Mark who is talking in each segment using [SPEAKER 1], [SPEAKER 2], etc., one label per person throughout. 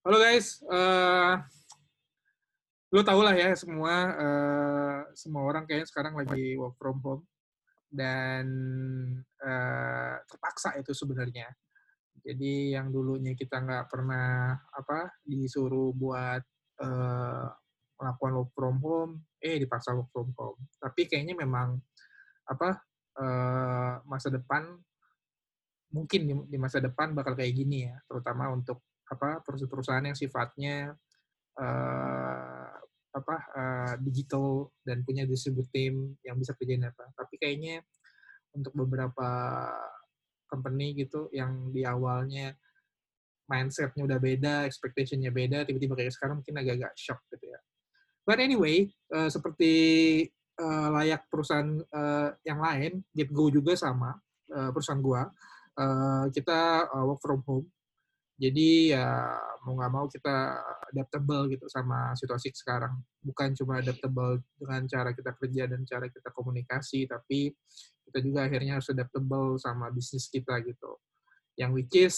[SPEAKER 1] Halo guys, lo tau lah ya semua orang kayaknya sekarang lagi work from home dan terpaksa itu sebenarnya. Jadi yang dulunya kita nggak pernah disuruh buat eh, melakukan work from home, dipaksa work from home. Tapi kayaknya memang masa depan mungkin di masa depan bakal kayak gini ya, terutama untuk perusahaan-perusahaan yang sifatnya uh, digital dan punya distribute team yang bisa kerjain apa. Tapi kayaknya untuk beberapa company gitu yang di awalnya mindset-nya udah beda, expectation-nya beda, tiba-tiba kayak sekarang mungkin agak-agak shock gitu ya. But anyway, seperti layak perusahaan yang lain, GetGo juga sama, perusahaan gua, kita work from home. Jadi ya mau nggak mau kita adaptable gitu sama situasi sekarang. Bukan cuma adaptable dengan cara kita kerja dan cara kita komunikasi, tapi kita juga akhirnya harus adaptable sama bisnis kita gitu. Yang which is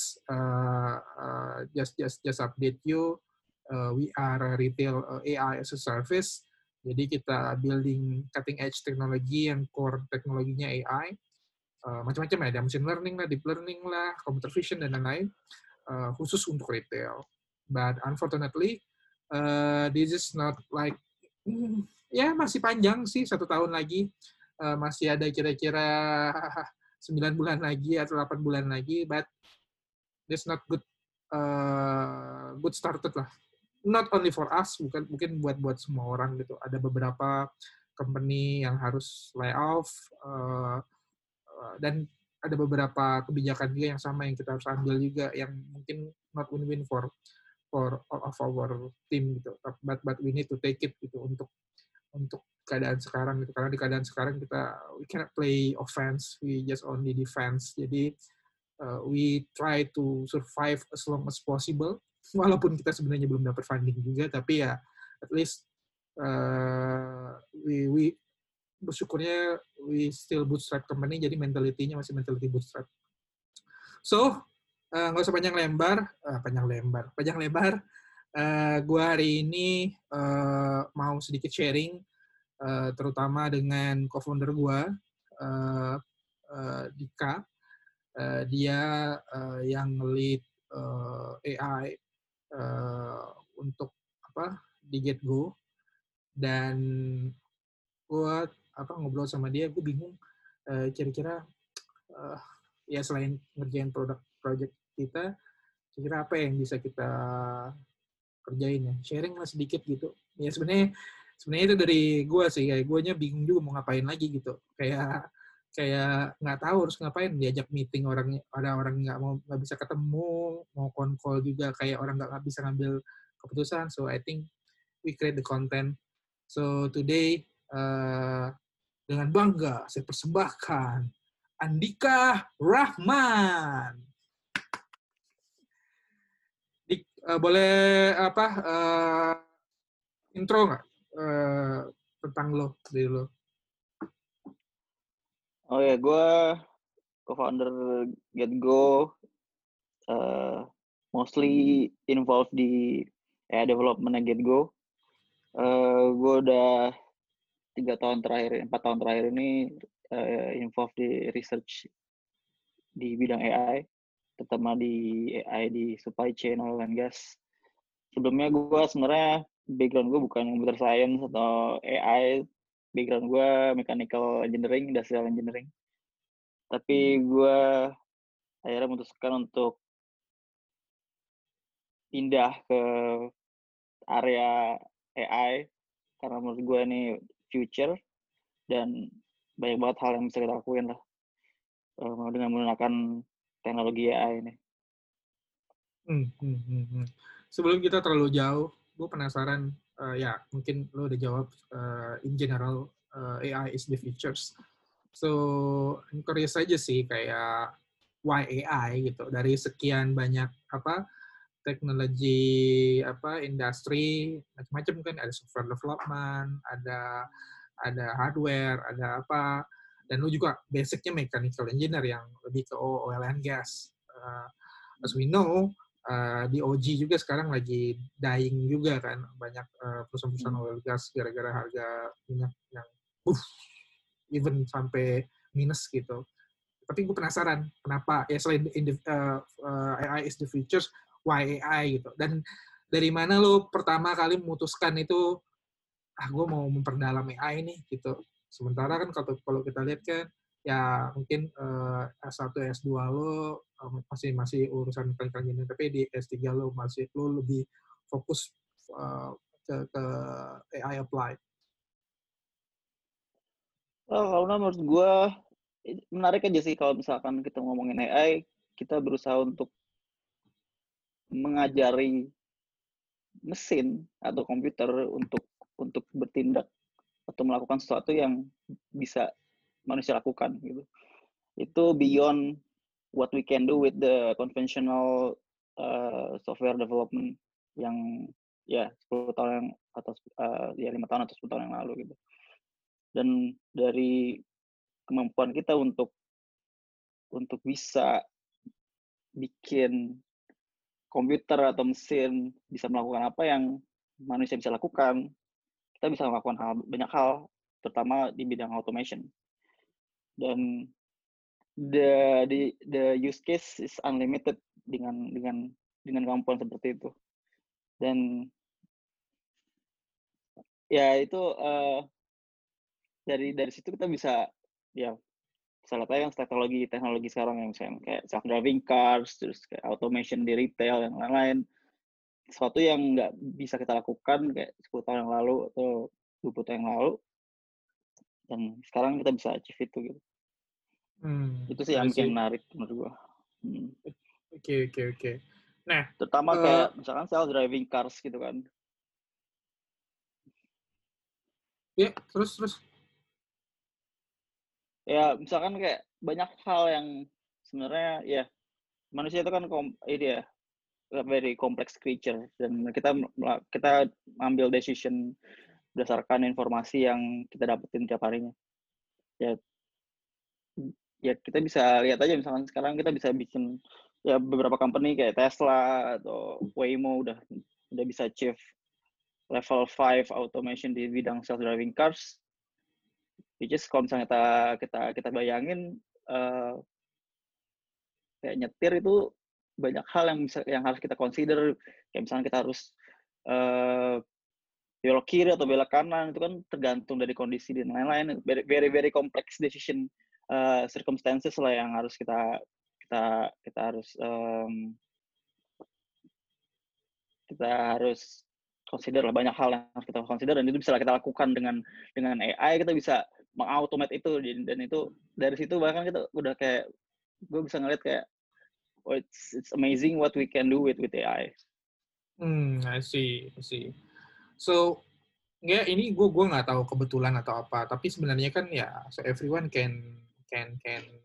[SPEAKER 1] just update you, we are a retail AI as a service. Jadi kita building cutting edge teknologi yang core teknologinya AI. Macam-macam ya, ada machine learning lah, deep learning lah, computer vision dan lain-lain. Khusus untuk retail. But unfortunately, this is not like ya masih panjang sih 1 tahun lagi. Masih ada kira-kira 9 bulan lagi atau 8 bulan lagi, but this not good started lah. Not only for us, mungkin buat semua orang gitu. Ada beberapa company yang harus lay off, dan ada beberapa kebijakan juga yang sama yang kita harus ambil juga yang mungkin not win-win for all of our team gitu, but we need to take it gitu untuk keadaan sekarang gitu, karena di keadaan sekarang we cannot play offense, we just only defense. Jadi we try to survive as long as possible, walaupun kita sebenarnya belum dapat funding juga, tapi ya at least we bersyukurnya we still bootstrap company, jadi mentality-nya masih mentality bootstrap. So, nggak usah panjang lebar. Gue hari ini mau sedikit sharing, terutama dengan co-founder gue, Dika. Dia yang lead AI untuk di GetGo, dan gue ngobrol sama dia, gue bingung kira-kira ya selain ngerjain produk project kita, kira-kira apa yang bisa kita kerjain ya, sharing lah sedikit gitu ya. Sebenarnya itu dari gue sih, kayak gue nya bingung juga mau ngapain lagi gitu, kayak nggak tahu harus ngapain, diajak meeting orang, ada orang nggak bisa ketemu, mau call juga kayak orang nggak bisa ngambil keputusan. So I think we create the content. So today dengan bangga saya persembahkan Andika Rahman. Boleh intro nggak tentang lo, dari lo?
[SPEAKER 2] Oh ya, gue co-founder GetGo, mostly involved di development GetGo. Gue udah 4 tahun terakhir ini involved di research di bidang AI, terutama di AI di supply chain oil and gas. Sebelumnya gue sebenarnya background gue bukan computer science atau AI, background gue mechanical engineering, industrial engineering. Tapi gue akhirnya memutuskan untuk pindah ke area AI karena menurut gue ini future dan banyak banget hal yang bisa kita lakuin lah dengan menggunakan teknologi AI ini.
[SPEAKER 1] Sebelum kita terlalu jauh, gue penasaran, ya mungkin lo udah jawab, in general AI is the futures. So I'm curious aja sih, kayak why AI gitu, dari sekian banyak teknologi industri macam-macam kan, ada software development, ada hardware, ada apa, dan lu juga basicnya mechanical engineer yang lebih ke oil and gas. As we know, Di OG juga sekarang lagi dying juga kan, banyak perusahaan-perusahaan
[SPEAKER 2] Hmm.
[SPEAKER 1] oil gas gara-gara harga minyak yang even sampai minus gitu. Tapi gue penasaran kenapa ya selain AI is the future, why AI gitu. Dan dari mana lo pertama kali memutuskan itu gue mau memperdalam AI nih gitu. Sementara kan kalau kita lihat kan ya mungkin S1 S2 lo masih masih urusan mechanical engineering, tapi di S3 lo masih lo lebih fokus uh, ke AI applied.
[SPEAKER 2] Kalau menurut gue menarik aja sih kalau misalkan kita ngomongin AI, kita berusaha untuk mengajari mesin atau komputer untuk bertindak atau melakukan sesuatu yang bisa manusia lakukan gitu. Itu beyond what we can do with the conventional software development yang ya 10 tahun yang atau ya 5 tahun atau 10 tahun yang lalu gitu. Dan dari kemampuan kita untuk bisa bikin komputer atau mesin bisa melakukan apa yang manusia bisa lakukan, kita bisa melakukan banyak hal, terutama di bidang automation. Dan the use case is unlimited dengan kemampuan seperti itu. Dan ya itu dari situ kita bisa ya salah satu yang teknologi sekarang yang misalnya kayak self driving cars, terus kayak automation di retail yang lain-lain, sesuatu yang nggak bisa kita lakukan kayak 10 tahun yang lalu atau 20 tahun yang lalu, dan sekarang kita bisa achieve itu gitu. Itu sih
[SPEAKER 1] I
[SPEAKER 2] yang bikin
[SPEAKER 1] see.
[SPEAKER 2] menarik menurut gua.
[SPEAKER 1] Oke. Nah,
[SPEAKER 2] Terutama kayak misalkan self driving cars gitu kan.
[SPEAKER 1] ya terus.
[SPEAKER 2] Ya misalkan kayak banyak hal yang sebenarnya ya manusia itu kan ini ya very complex creature, dan kita ambil decision berdasarkan informasi yang kita dapetin tiap harinya. Ya ya kita bisa lihat aja misalkan sekarang kita bisa bikin ya beberapa company kayak Tesla atau Waymo udah bisa achieve level 5 automation di bidang self driving cars, which is kalau misalnya kita bayangin kayak nyetir itu banyak hal yang harus kita consider, kayak misalnya kita harus belok kiri atau belok kanan, itu kan tergantung dari kondisi dan lain-lain, very very complex decision circumstances lah yang harus kita harus kita harus consider lah, banyak hal yang harus kita consider, dan itu bisa kita lakukan dengan AI. Kita bisa mengautomate itu, dan itu dari situ bahkan kita udah kayak gue bisa ngeliat kayak it's amazing what we can do with AI.
[SPEAKER 1] I see. So, ya ini gue nggak tahu kebetulan atau apa, tapi sebenarnya kan ya so everyone can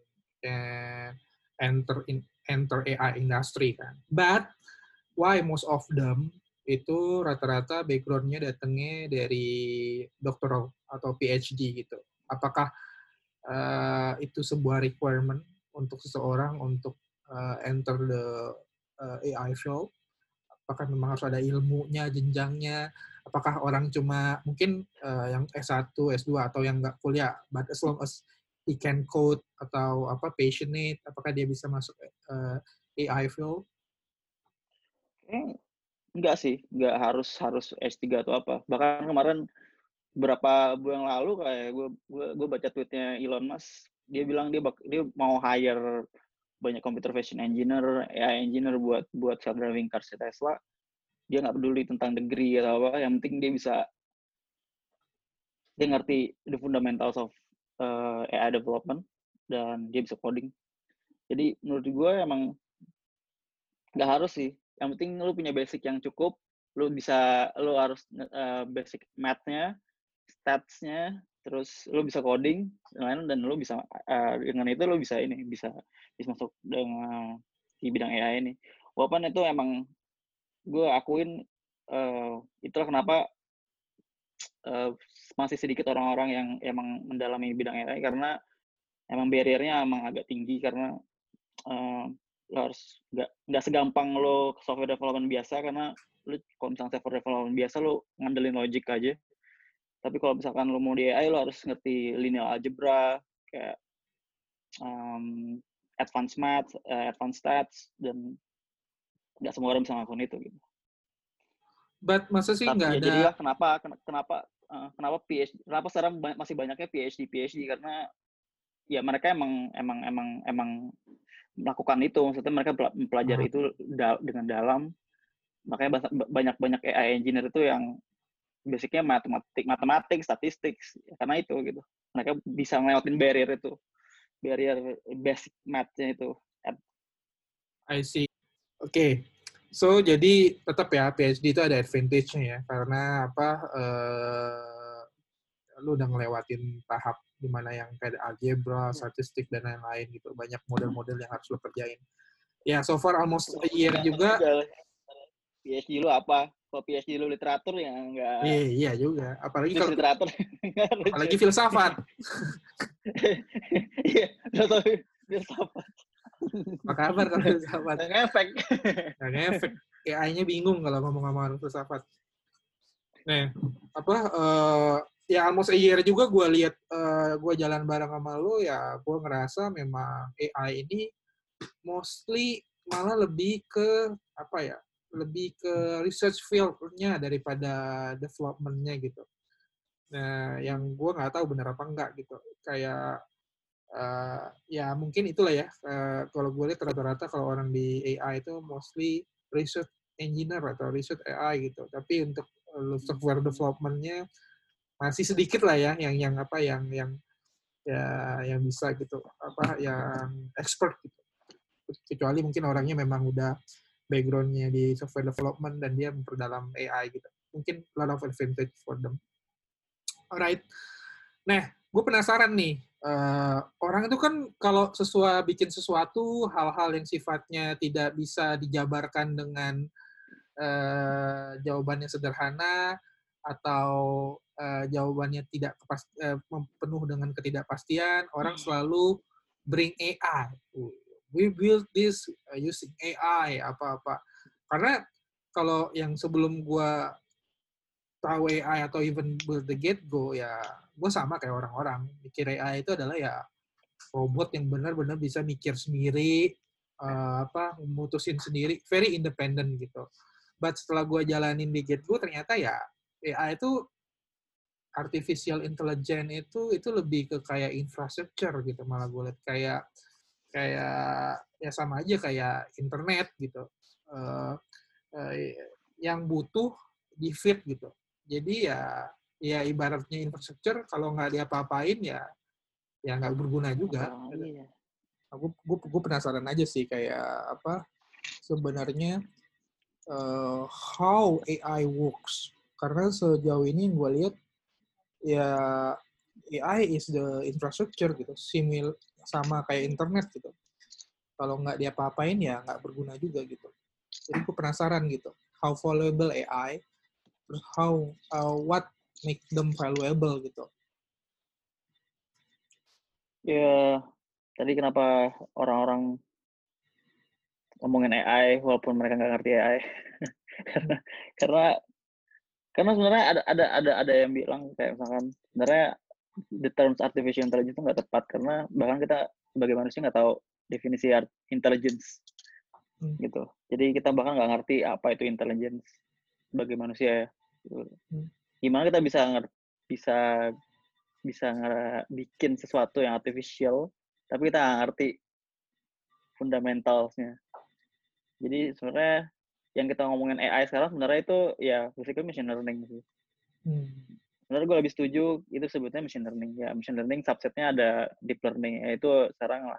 [SPEAKER 1] enter AI industry kan. But why most of them itu rata-rata background-nya datangnya dari doktoral atau PhD gitu. Apakah itu sebuah requirement untuk seseorang untuk enter the AI field? Apakah memang harus ada ilmunya, jenjangnya? Apakah orang cuma mungkin yang S1, S2 atau yang nggak kuliah, but as long as he can code atau passionate, apakah dia bisa masuk AI field?
[SPEAKER 2] Enggak sih, enggak harus S3 atau apa. Bahkan kemarin berapa bulan lalu kayak gue baca tweetnya Elon Musk, dia bilang dia mau hire banyak computer vision engineer, AI engineer buat self driving cars Tesla. Dia nggak peduli tentang degree atau apa, yang penting dia ngerti the fundamentals of AI development, dan dia bisa coding. Jadi menurut gue emang nggak harus sih, yang penting lu punya basic yang cukup, lu harus basic math-nya, stats-nya, terus lu bisa coding dan lu bisa dengan itu lu bisa masuk dengan di bidang AI ini. Walaupun itu emang gue akuin itulah kenapa masih sedikit orang-orang yang emang mendalami bidang AI, karena emang barrier-nya emang agak tinggi, karena lo harus nggak segampang lo software development biasa, karena lo kalau misalnya software development biasa lo ngandelin logic aja. Tapi kalau misalkan lo mau di AI, lo harus ngerti linear algebra, kayak advanced math, advanced stats, dan nggak semua orang bisa ngelakuin itu gitu.
[SPEAKER 1] But masa sih
[SPEAKER 2] Tapi
[SPEAKER 1] nggak
[SPEAKER 2] ya
[SPEAKER 1] ada.
[SPEAKER 2] jadilah kenapa PhD, kenapa sekarang masih banyaknya PhD karena ya mereka emang melakukan itu, maksudnya mereka mempelajari itu dengan dalam. Makanya banyak AI engineer itu yang basicnya matematik, statistik, karena itu gitu. Mereka bisa ngelewatin barrier basic math-nya itu.
[SPEAKER 1] I see. Oke. So jadi tetap ya PhD itu ada advantage-nya ya, karena apa? Lu udah ngelewatin tahap dimana yang kayak algebra, statistik dan lain-lain gitu. Banyak model-model yang harus lo kerjain. Ya, so far almost a year juga.
[SPEAKER 2] PhD lu apa? Kalau PhD lu literatur ya nggak.
[SPEAKER 1] Iya juga. Apalagi
[SPEAKER 2] Terus
[SPEAKER 1] kalau
[SPEAKER 2] literatur.
[SPEAKER 1] apalagi filsafat.
[SPEAKER 2] Iya, filsafat.
[SPEAKER 1] Apa kabar kalau filsafat?
[SPEAKER 2] Nggak ngefek.
[SPEAKER 1] Nggak ngefek. AI-nya bingung kalau ngomong sama filsafat. Nah, apa? Ya almost a year juga gue lihat gue jalan bareng sama lu ya, gue ngerasa memang AI ini mostly malah lebih ke apa ya? Lebih ke research field-nya daripada development-nya gitu. Nah, yang gue nggak tahu benar apa enggak gitu. Kayak ya mungkin itulah ya. Kalau gue lihat rata-rata kalau orang di AI itu mostly research engineer atau research AI gitu. Tapi untuk software development-nya masih sedikit lah ya yang apa yang ya yang bisa gitu apa yang expert gitu. Kecuali mungkin orangnya memang udah background-nya di software development dan dia memperdalam AI gitu. Mungkin a lot of advantage for them. Alright. Nah, gue penasaran nih. Orang itu kan kalau bikin sesuatu, hal-hal yang sifatnya tidak bisa dijabarkan dengan jawabannya sederhana atau jawabannya tidak penuh dengan ketidakpastian, orang selalu bring AI. We build this using AI apa-apa. Karena kalau yang sebelum gue tahu AI atau even build the get go ya gue sama kayak orang-orang mikir AI itu adalah ya robot yang benar-benar bisa mikir sendiri apa memutusin sendiri very independent gitu. But setelah gue jalanin di get go ternyata ya AI itu artificial intelligence itu lebih ke kayak infrastructure gitu, malah gue lihat kayak ya sama aja kayak internet gitu. Uh, uh, yang butuh di feed gitu. Jadi ya ibaratnya infrastruktur kalau nggak diapa-apain ya nggak berguna juga.
[SPEAKER 2] Iya.
[SPEAKER 1] Gue penasaran aja sih kayak apa sebenarnya how AI works. Karena sejauh ini yang gue lihat ya AI is the infrastructure gitu, sama kayak internet gitu. Kalau nggak diapa-apain ya nggak berguna juga gitu. Jadi gue penasaran gitu, how valuable AI, terus what make them valuable gitu.
[SPEAKER 2] Ya, tadi kenapa orang-orang ngomongin AI walaupun mereka nggak ngerti AI? karena karena sebenarnya ada yang bilang kayak misalkan sebenarnya the terms artificial intelligence itu nggak tepat, karena bahkan kita sebagai manusia nggak tahu definisi intelligence gitu. Jadi kita bahkan nggak ngerti apa itu intelligence sebagai manusia ya. Gimana kita bisa bikin sesuatu yang artificial tapi kita nggak ngerti fundamentalsnya. Jadi sebenarnya yang kita ngomongin AI sekarang sebenarnya itu ya basically machine learning sih. Sebenarnya gue lebih setuju itu sebutnya machine learning. Ya machine learning subsetnya ada deep learning, yaitu sekarang lah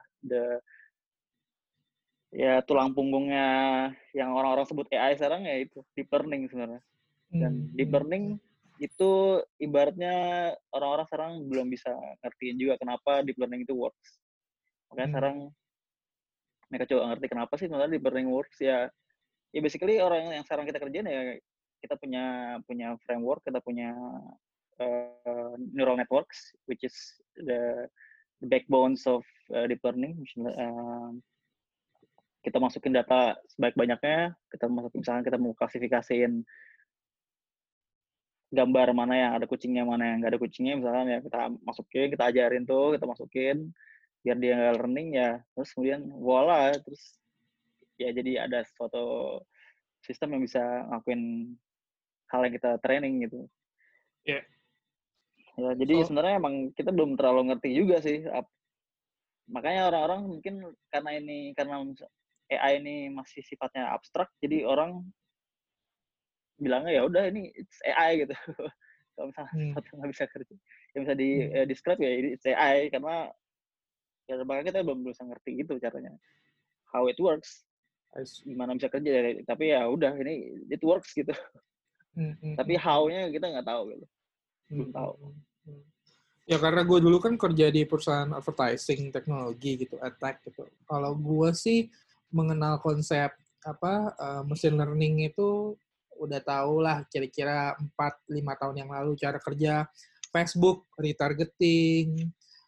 [SPEAKER 2] ya tulang punggungnya yang orang-orang sebut AI sekarang ya itu deep learning sebenarnya. Dan deep learning itu ibaratnya orang-orang sekarang belum bisa ngertiin juga kenapa deep learning itu works. Makanya sekarang mereka coba ngerti kenapa sih sebenarnya deep learning works. Ya basically orang yang sekarang kita kerjain ya kita punya framework, kita punya neural networks which is the backbones of deep learning. kita masukin data sebaik-banyaknya, misalkan kita mau klasifikasiin gambar mana yang ada kucingnya, mana yang nggak ada kucingnya, misalkan ya kita ajarin tuh, kita masukin, biar dia nggak learning ya, terus kemudian voila, terus ya jadi ada suatu sistem yang bisa ngakuin hal yang kita training gitu.
[SPEAKER 1] Yeah.
[SPEAKER 2] Ya, jadi sebenarnya emang kita belum terlalu ngerti juga sih. Makanya orang-orang mungkin karena AI ini masih sifatnya abstrak, jadi orang bilangnya ya udah ini it's AI gitu. Kalau misalnya sesuatu nggak bisa kerja, yang bisa di describe ya it's AI, karena ya makanya kita belum bisa ngerti gitu caranya, how it works, gimana bisa kerja. Tapi ya udah ini it works gitu. Tapi how-nya kita nggak tahu gitu, belum tahu.
[SPEAKER 1] Ya karena gue dulu kan kerja di perusahaan advertising teknologi gitu, AdTech gitu. Kalau gue sih mengenal konsep machine learning itu udah tahu lah kira-kira 4-5 tahun yang lalu cara kerja Facebook, retargeting,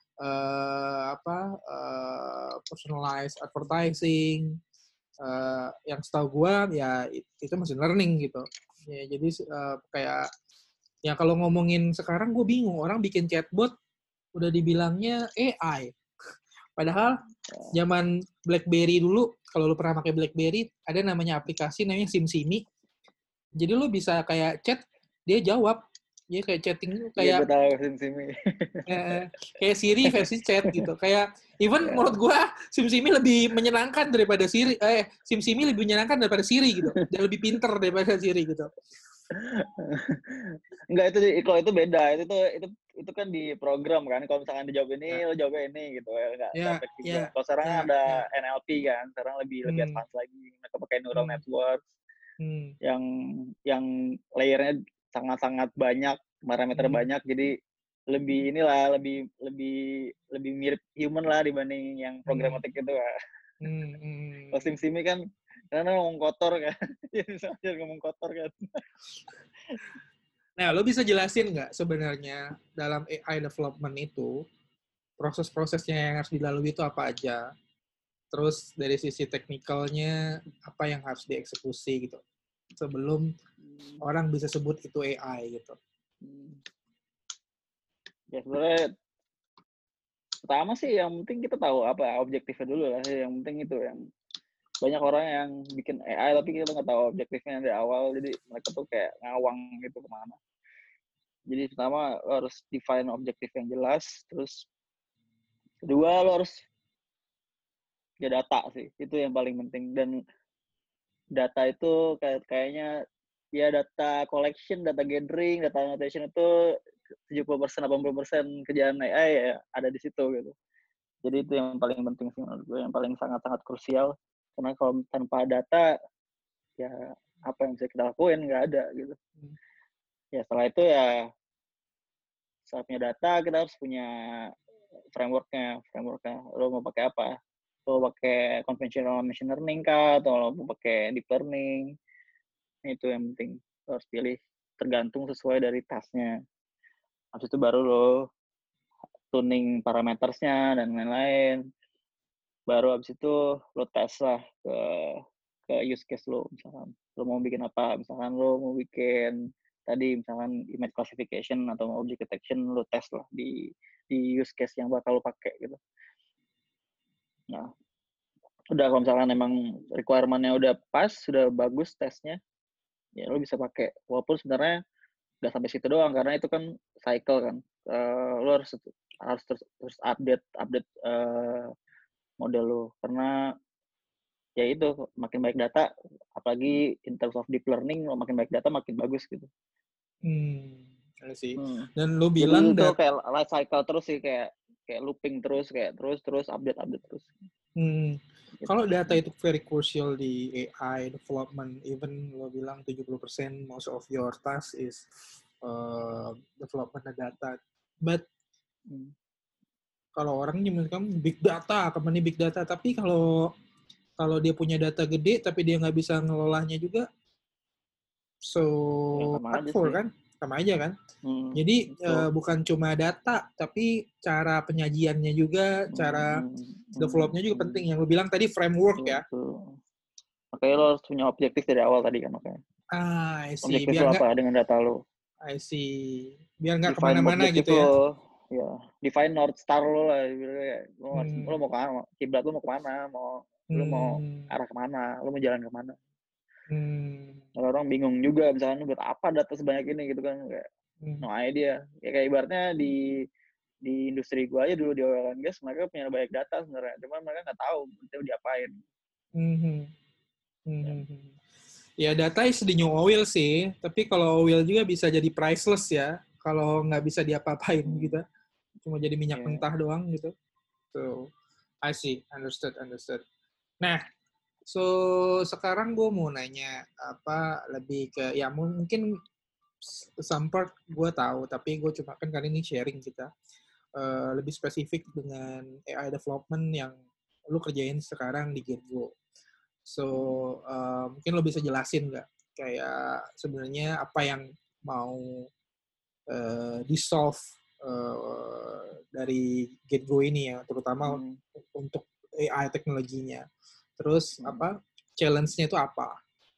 [SPEAKER 1] personalized advertising, yang setahu gue ya itu machine learning gitu. Ya, jadi kayak ya kalau ngomongin sekarang gue bingung, orang bikin chatbot udah dibilangnya AI. Padahal zaman BlackBerry dulu, kalau lu pernah pakai BlackBerry, ada namanya aplikasi namanya SimSimi. Jadi lu bisa kayak chat, dia jawab. Dia kayak chatting, kayak
[SPEAKER 2] gue tahu SimSimi.
[SPEAKER 1] Kayak Siri versi chat gitu. Kayak even menurut gua SimSimi lebih menyenangkan daripada Siri. SimSimi lebih menyenangkan daripada Siri gitu. Dan lebih pinter daripada Siri gitu.
[SPEAKER 2] Enggak, kalau itu beda. Itu kan di program kan. Kalau misalkan dijawab ini, lo jawabnya ini gitu. Enggak juga. Kalau sekarang ada NLP kan. Sekarang lebih advance lagi. Mereka pakai neural network yang layernya sangat-sangat banyak, parameter banyak. Jadi lebih mirip human lah dibanding yang programatik itu lah. Kalau SimSimi kan karena ngomong kotor kan. Jadi ngomong kotor kan.
[SPEAKER 1] Nah, lo bisa jelasin nggak sebenarnya dalam AI development itu proses-prosesnya yang harus dilalui itu apa aja? Terus dari sisi teknikalnya apa yang harus dieksekusi gitu sebelum orang bisa sebut itu AI gitu?
[SPEAKER 2] Ya sebenarnya pertama sih yang penting kita tahu apa objektifnya dulu lah. Yang penting itu yang banyak orang yang bikin AI tapi kita nggak tahu objektifnya dari awal, jadi mereka tuh kayak ngawang gitu kemana. Jadi pertama lo harus define objektif yang jelas, terus kedua lo harus ya data sih, itu yang paling penting. Dan data itu kayaknya ya data collection, data gathering, data annotation itu 70%-80% kerjaan AI ya ada di situ gitu. Jadi itu yang paling penting sih menurut gue, yang paling sangat-sangat krusial. Karena kalau tanpa data, ya apa yang bisa kita lakuin, nggak ada gitu. Ya setelah itu ya, saat punya data, kita harus punya frameworknya. Lo mau pakai apa? Lo pakai conventional machine learning kah? Atau lo mau pakai deep learning? Itu yang penting. Lo harus pilih tergantung sesuai dari tasknya. Habis itu baru lo tuning parametersnya dan lain-lain. Baru habis itu lo tes lah ke use case lo. Misalkan lo mau bikin apa, misalkan lo mau bikin tadi misalkan image classification atau object detection, lo tes lah di use case yang bakal lo pakai gitu. Nah, udah kalau misalkan emang requirement-nya udah pas, sudah bagus tesnya, ya lo bisa pakai. Walaupun sebenarnya nggak sampai situ doang, karena itu kan cycle kan. Lo harus terus update model lo, karena ya itu makin baik data, apalagi in terms of deep learning, makin baik data makin bagus gitu.
[SPEAKER 1] Sih. Dan lo bilang
[SPEAKER 2] itu kayak life cycle terus sih, kayak looping terus, kayak terus update terus.
[SPEAKER 1] Gitu. Kalau data itu very crucial di AI development, even lo bilang 70% most of your task is development data. But kalau orang nyebutkan big data, company big data, tapi kalau dia punya data gede tapi dia nggak bisa ngelolanya juga, so hard for kan? sama aja kan. Jadi bukan cuma data, tapi cara penyajiannya juga, cara developnya juga penting. Yang lu bilang tadi framework ya.
[SPEAKER 2] Makanya lo harus punya objektif dari awal tadi kan, makanya.
[SPEAKER 1] I see.
[SPEAKER 2] Objektif
[SPEAKER 1] Biar
[SPEAKER 2] lo apa dengan data lo?
[SPEAKER 1] I see. Biar nggak
[SPEAKER 2] Define
[SPEAKER 1] kemana-mana
[SPEAKER 2] objektif
[SPEAKER 1] gitu ya.
[SPEAKER 2] lo. Ya, define North Star lo lah. Lo mau kemana? Kiblat lo mau kemana? Lo mau arah kemana? Lo mau jalan kemana? Orang bingung juga, misalnya buat apa data sebanyak ini gitu kan, kayak no idea. Kayak ibaratnya di industri gua aja dulu di oil and gas, mereka punya banyak data sebenarnya, cuma mereka nggak tahu itu diapain.
[SPEAKER 1] Ya data is the new oil sih, tapi kalau oil juga bisa jadi priceless ya, kalau nggak bisa diapa-apain gitu, cuma jadi minyak mentah doang gitu. So, I see, understood. Nah, so sekarang gue mau nanya apa lebih ke ya mungkin some part gue tahu, tapi gue cuma kan kali ini sharing kita lebih spesifik dengan AI development yang lu kerjain sekarang di GetGo. So mungkin lo bisa jelasin nggak kayak sebenarnya apa yang mau di-solve dari GetGo ini ya, terutama untuk AI teknologinya. Terus apa challenge-nya itu apa?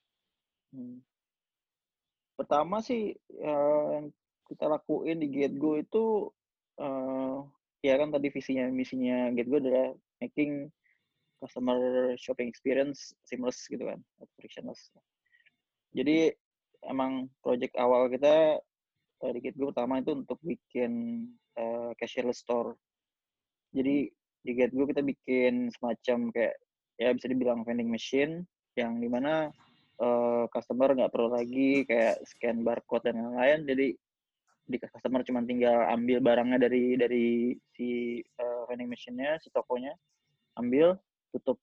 [SPEAKER 2] Pertama sih yang kita lakuin di GetGo itu ya kan tadi visinya misinya GetGo adalah making customer shopping experience seamless gitu kan, frictionless. Jadi emang project awal kita di GetGo pertama itu untuk bikin cashierless store. Jadi di GetGo kita bikin semacam kayak ya bisa dibilang vending machine yang dimana customer nggak perlu lagi kayak scan barcode dan lain-lain. Jadi di customer cuma tinggal ambil barangnya dari si vending machine-nya, si tokonya, ambil, tutup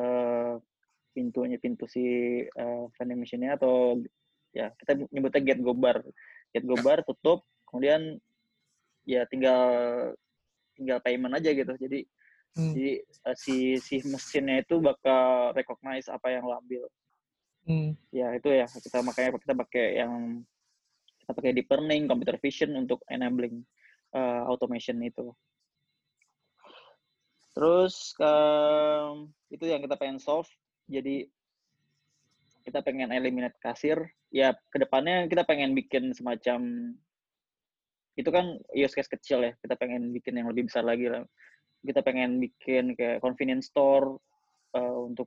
[SPEAKER 2] pintu si vending machine-nya, atau ya kita nyebutnya GetGo bar tutup, kemudian ya tinggal payment aja gitu. Jadi si mesinnya itu bakal recognize apa yang lo ambil. Ya itu ya makanya kita pakai deep learning, computer vision untuk enabling automation itu. Terus itu yang kita pengen solve. Jadi kita pengen eliminate kasir. Ya kedepannya kita pengen bikin semacam itu kan use case kecil ya. Kita pengen bikin yang lebih besar lagi lah. Kita pengen bikin kayak convenience store untuk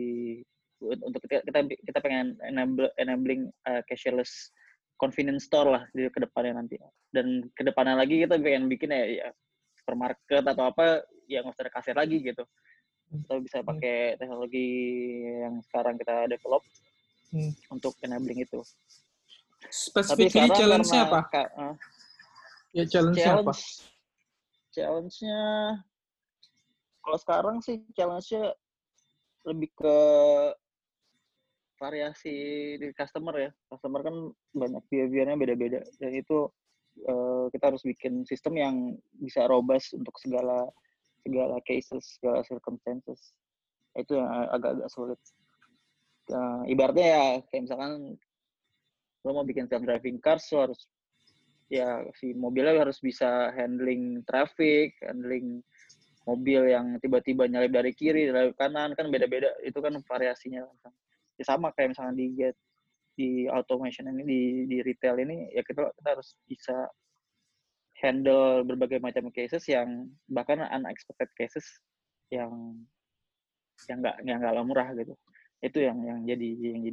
[SPEAKER 2] kita pengen enabling cashierless convenience store lah di kedepannya nanti. Dan kedepannya lagi kita pengen bikin ya supermarket atau apa yang nggak usah ada kasir lagi gitu. Kita bisa pakai teknologi yang sekarang kita develop untuk enabling itu.
[SPEAKER 1] Specifically challenge-nya apa? Ya challenge-nya apa?
[SPEAKER 2] Challenge-nya kalau sekarang sih challenge-nya lebih ke variasi di customer ya. Customer kan banyak behavior-nya beda-beda, dan itu kita harus bikin sistem yang bisa robust untuk segala cases, segala circumstances. Itu yang agak-agak sulit. Ibaratnya ya kayak misalkan lo mau bikin self-driving cars, lo harus ya si mobilnya harus bisa handling traffic, handling mobil yang tiba-tiba nyalip dari kiri, dari kanan, kan beda-beda. Itu kan variasinya. Ya sama kayak misalnya di automation ini, di retail ini, ya kita harus bisa handle berbagai macam cases yang bahkan unexpected cases yang nggak murah gitu. Itu yang jadi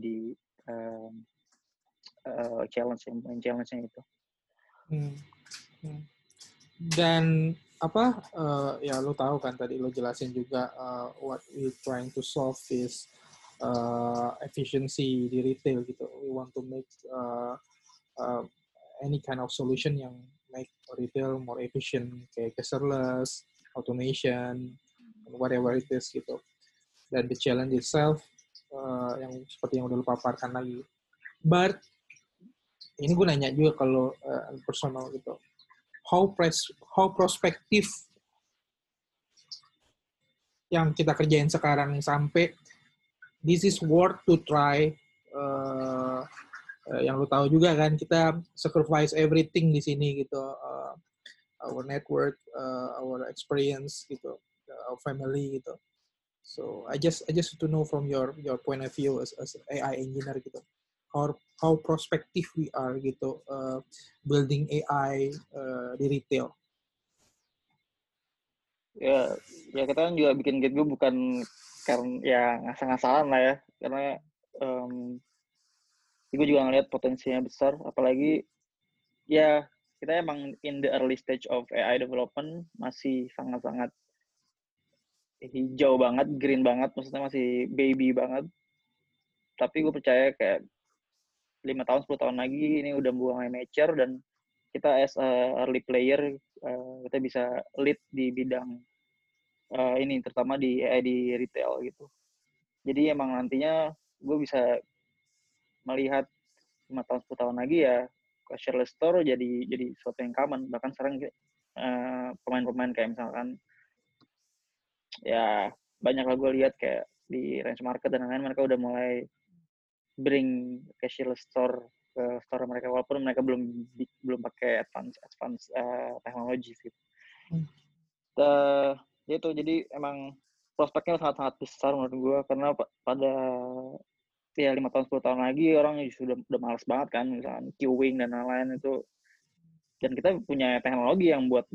[SPEAKER 2] challenge-nya itu.
[SPEAKER 1] Dan apa ya lo tahu kan tadi lo jelasin juga what we trying to solve is efficiency di retail gitu. We want to make any kind of solution yang make retail more efficient, kayak cashless, automation, whatever it is gitu. Dan the challenge itself yang seperti yang udah lo paparkan lagi. But ini gue nanya juga kalau personal gitu. How prospektif yang kita kerjain sekarang sampai this is worth to try Yang lu tahu juga kan, kita sacrifice everything di sini gitu, our network, our experience gitu, our family gitu. So I just to know from your point of view as AI engineer gitu, how prospective we are gitu, building AI di retail.
[SPEAKER 2] Ya, ya kita kan juga bikin GitGo bukan karena ya ngasal-ngasalan lah ya, karena gue juga ngeliat potensinya besar, apalagi ya kita emang in the early stage of AI development, masih sangat-sangat hijau banget, green banget, maksudnya masih baby banget. Tapi gue percaya kayak 5 tahun, 10 tahun lagi ini udah mulai mature, dan kita as a early player, kita bisa lead di bidang ini, terutama di AI di retail gitu. Jadi emang nantinya gue bisa melihat 5 tahun, 10 tahun lagi ya, cashless store jadi sesuatu yang common. Bahkan sekarang pemain-pemain kayak misalkan ya banyak lah gue lihat kayak di Range Market dan lain-lain, mereka udah mulai bring cashless store ke store mereka, walaupun mereka belum pakai advance teknologi gitu. Itu jadi emang prospeknya sangat-sangat besar menurut gue, karena pada ya 5 tahun 10 tahun lagi orang sudah malas banget kan, misalnya queuing dan lain-lain itu. Dan kita punya teknologi yang buat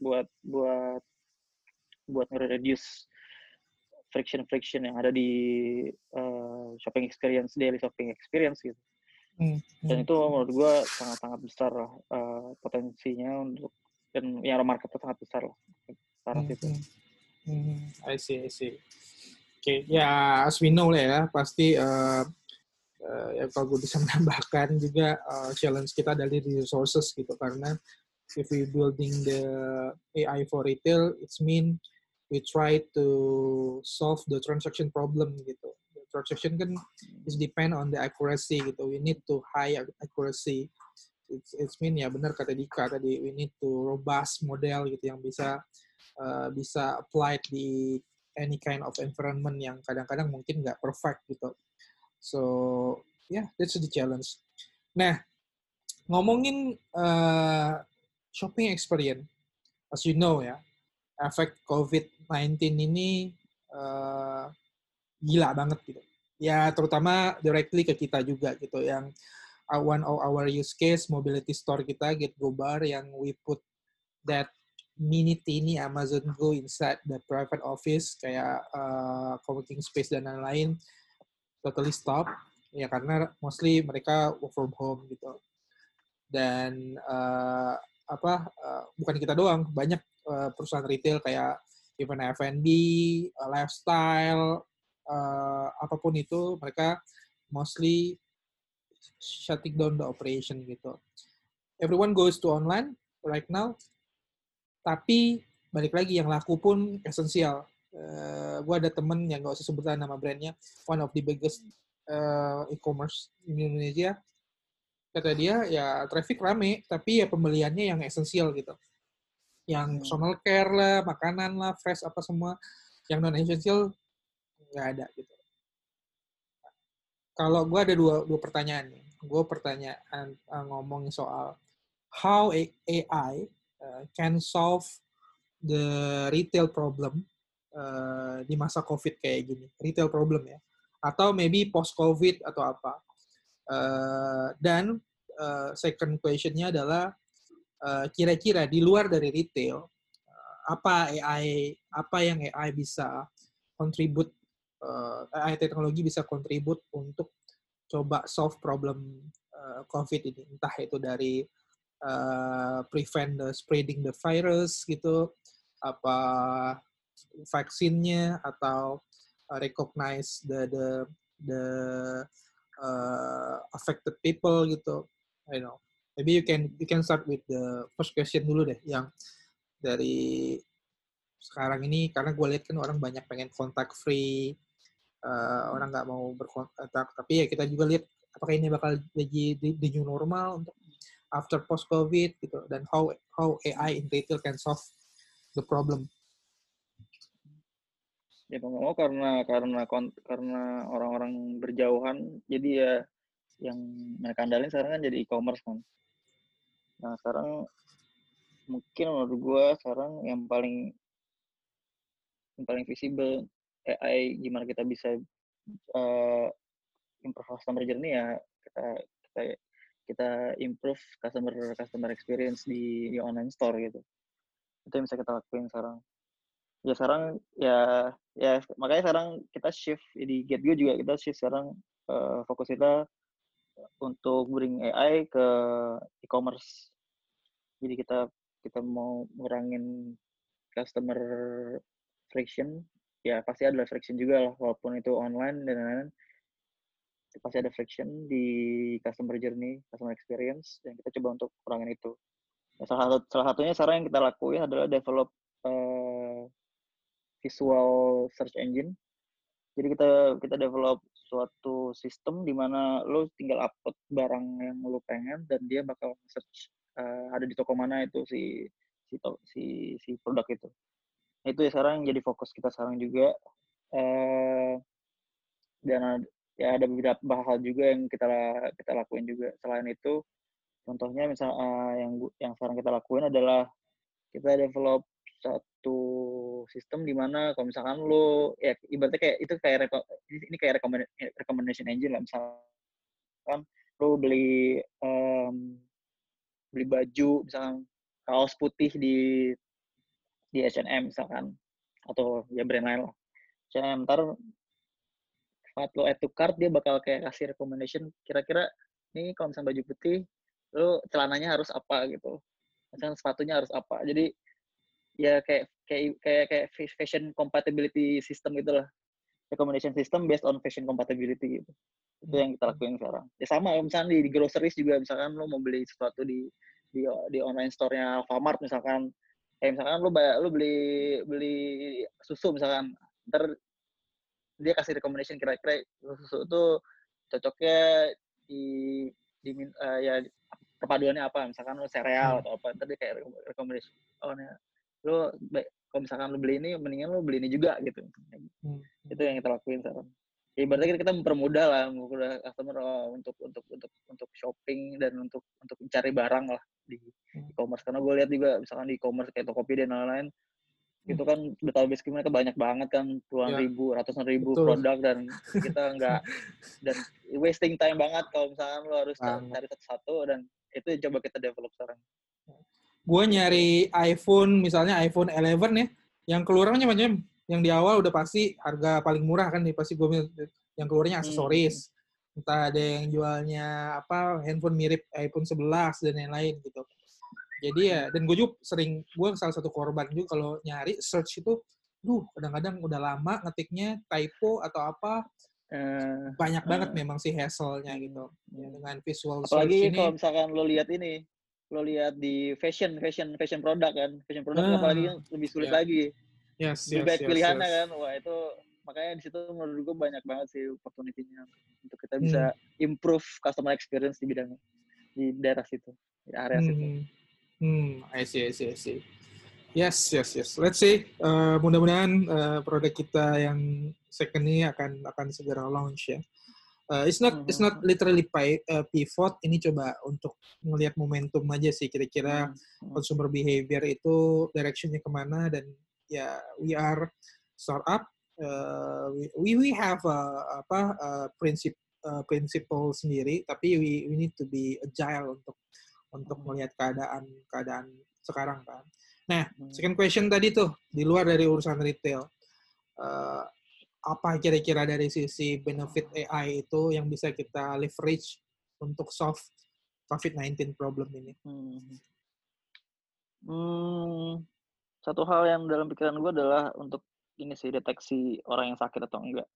[SPEAKER 2] reduce friction yang ada di shopping experience, daily shopping experience gitu. Dan itu menurut gue sangat-sangat besar lah potensinya untuk, dan yang marketnya sangat besar lah sekarang itu.
[SPEAKER 1] I see. Oke, ya as we know lah ya, pasti ya kalau gue bisa menambahkan juga challenge kita dari resources gitu, karena if we building the AI for retail, it's mean we try to solve the transaction problem gitu. The transaction kan is depend on the accuracy gitu. We need to high accuracy. It's mean ya benar kata Dika tadi, we need to robust model gitu yang bisa applied di any kind of environment yang kadang-kadang mungkin nggak perfect gitu. So yeah, that's the challenge. Nah, ngomongin shopping experience, as you know ya, efek COVID-19 ini gila banget gitu. Ya terutama directly ke kita juga gitu, yang one of our use case mobility store kita GetGo Bar, yang we put that mini teeny Amazon Go inside the private office, kayak co-working space dan lain-lain, totally stop ya, karena mostly mereka work from home gitu. Dan bukan kita doang, banyak perusahaan retail kayak even F&B, lifestyle, apapun itu, mereka mostly shutting down the operation gitu. Everyone goes to online right now, tapi balik lagi yang laku pun esensial. Gue ada temen yang gak usah sebutan nama brandnya, one of the biggest e-commerce in Indonesia. Kata dia ya traffic rame, tapi ya pembeliannya yang esensial gitu. Yang personal care lah, makanan lah, fresh apa semua. Yang non esensial nggak ada gitu. Kalau gue ada dua pertanyaan nih. Gue pertanyaan ngomongin soal how AI can solve the retail problem di masa COVID kayak gini. Retail problem ya. Atau maybe post-COVID atau apa. Dan second question-nya adalah kira-kira di luar dari retail, apa yang AI bisa contribute, AI teknologi bisa contribute untuk coba solve problem COVID ini, entah itu dari prevent the spreading the virus gitu, apa vaksinnya, atau recognize the affected people gitu. I know. Maybe you can start with the first question dulu deh, yang dari sekarang ini, karena gue lihat kan orang banyak pengen kontak free, orang nggak mau berkontak, tapi ya kita juga lihat apakah ini bakal jadi the new normal untuk after post COVID gitu, dan how AI in retail can solve the problem.
[SPEAKER 2] Ya mau karena orang-orang berjauhan, jadi ya yang mereka andalin sekarang kan jadi e-commerce kan. Nah sekarang mungkin menurut gue sekarang yang paling visible AI, gimana kita bisa improve customer journey, ya kita kita improve customer experience di online store gitu. Itu yang bisa kita lakuin sekarang. Ya sekarang ya makanya sekarang kita shift di GetGo juga, kita shift sekarang fokus kita untuk bring AI ke e-commerce. Jadi kita mau ngurangin customer friction, ya pasti ada friction juga lah, walaupun itu online dan lain-lain, pasti ada friction di customer journey, customer experience, dan kita coba untuk kurangin itu. Ya, salah satunya sekarang yang kita lakuin adalah develop visual search engine. Jadi kita develop suatu sistem di mana lo tinggal upload barang yang lo pengen dan dia bakal search ada di toko mana itu si produk itu. Nah, itu ya sekarang jadi fokus kita sekarang juga. Dan ya ada beberapa hal juga yang kita lakuin juga. Selain itu, contohnya misal yang sekarang kita lakuin adalah kita develop satu sistem di mana kalau misalkan lo, ya ibaratnya kayak itu kayak ini kayak recommendation engine lah. Misalkan lo beli baju, misalkan kaos putih di H&M misalkan, atau ya brand lain lah. H&M, ntar saat lo add to cart, dia bakal kayak kasih recommendation, kira-kira nih kalau misalnya baju putih, lo celananya harus apa gitu, misalnya sepatunya harus apa. Jadi ya kayak fashion compatibility system gitu lah, recommendation system based on fashion compatibility gitu. Itu yang kita lakuin sekarang. Ya sama misalnya di groceries juga, misalkan lo mau beli sesuatu di online store-nya Alfamart misalkan, kayak misalkan lo beli susu misalkan, ntar dia kasih recommendation kira-kira susu itu cocoknya ya perpaduannya apa, misalkan lo sereal atau apa, tadi kayak recommendation, lo kalau misalkan lo beli ini, mendingan lo beli ini juga gitu. Itu yang kita lakuin sekarang. Ya, ibaratnya kita mempermudah customer untuk shopping dan untuk mencari barang lah di e-commerce. Karena gue lihat juga misalkan di e-commerce kayak Tokopedia dan lain-lain, itu kan database mereka banyak banget kan, puluhan ribu, ratusan ribu produk, dan kita dan wasting time banget kalau misalkan lo harus cari satu-satu, dan itu yang coba kita develop sekarang.
[SPEAKER 1] Gue nyari iPhone, misalnya iPhone 11 ya, yang keluarnya macam-macam. Yang di awal udah pasti harga paling murah kan, pasti gue yang keluarnya aksesoris. Entah ada yang jualnya apa, handphone mirip iPhone 11 dan lain-lain gitu. Jadi ya, dan gue juga gue salah satu korban juga kalau nyari search itu, kadang-kadang udah lama ngetiknya, typo atau apa, banyak banget memang sih hassle-nya gitu. Ya, dengan visual search
[SPEAKER 2] apalagi
[SPEAKER 1] ini.
[SPEAKER 2] Kalau misalkan lo lihat di fashion produk kan, fashion produk apalagi lebih sulit lagi. Lebih baik pilihannya kan. Wah itu makanya di situ menurut gue banyak banget sih opportunity-nya untuk kita bisa improve customer experience di daerah situ, di area situ.
[SPEAKER 1] I see. Yes. Let's see. Mudah-mudahan produk kita yang second ini akan segera launch ya. It's not literally pivot. Ini coba untuk melihat momentum aja sih, kira-kira consumer behavior itu directionnya kemana, dan ya we are startup. We have principle sendiri, tapi we need to be agile untuk melihat keadaan sekarang kan. Nah, second question tadi tuh, di luar dari urusan retail, apa kira-kira dari sisi benefit AI itu yang bisa kita leverage untuk solve COVID-19 problem ini?
[SPEAKER 2] Satu hal yang dalam pikiran gue adalah untuk ini sih, deteksi orang yang sakit atau enggak.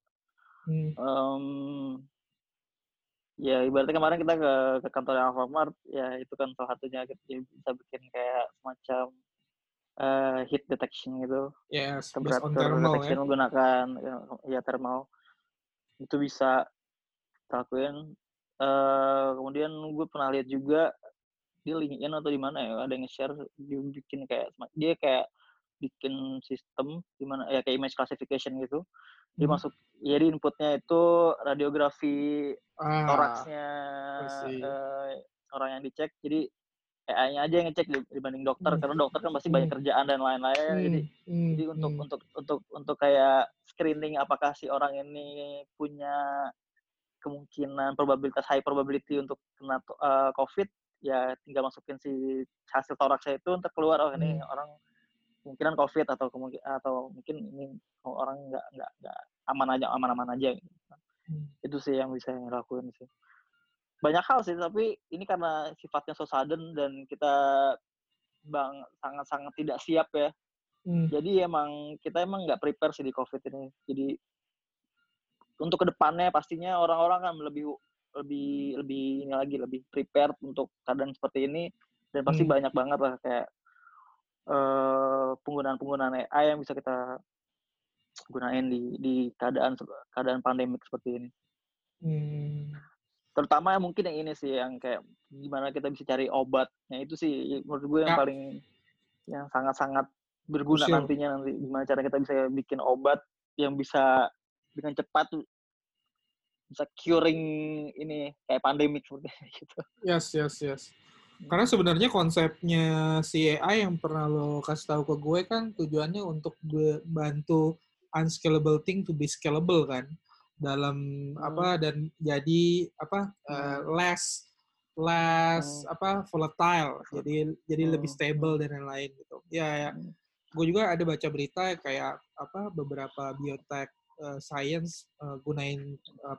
[SPEAKER 2] Ya ibaratnya kemarin kita ke kantor Alfamart, ya itu kan salah satunya kita bisa bikin kayak semacam heat detection gitu.
[SPEAKER 1] Yes,
[SPEAKER 2] temperature detection ya? Menggunakan ya thermal. Itu bisa kita lakuin. Kemudian gue pernah lihat juga di LinkedIn atau di mana ya, ada yang share, dia bikin dia kayak bikin sistem di mana ya kayak image classification gitu. Dia masuk, jadi inputnya itu radiografi toraksnya orang yang dicek. Jadi AI-nya aja yang ngecek dibanding dokter, karena dokter kan pasti banyak kerjaan dan lain-lain. Jadi untuk kayak screening apakah si orang ini punya kemungkinan high probability untuk kena COVID, ya tinggal masukin si hasil toraksnya itu untuk keluar, oh ini orang kemungkinan COVID atau mungkin ini orang nggak aman aja gitu. Itu sih yang bisa lakuin sih. Banyak hal sih, tapi ini karena sifatnya so sudden dan kita sangat-sangat tidak siap ya. Jadi kita nggak prepare sih di COVID ini. Jadi untuk kedepannya pastinya orang-orang kan lebih prepared untuk keadaan seperti ini, dan pasti banyak banget lah kayak penggunaan AI yang bisa kita gunain di keadaan pandemik seperti ini. Terutama mungkin yang ini sih, yang kayak gimana kita bisa cari obatnya, itu sih menurut gue yang sangat-sangat berguna nantinya, gimana cara kita bisa bikin obat yang bisa dengan cepat bisa curing ini kayak pandemik seperti itu.
[SPEAKER 1] Yes. Karena sebenarnya konsepnya si AI yang pernah lo kasih tahu ke gue kan tujuannya untuk bantu unscalable thing to be scalable kan, dalam dan jadi less volatile, jadi lebih stable dan lain-lain gitu. Ya. Gue juga ada baca berita kayak beberapa biotech science gunain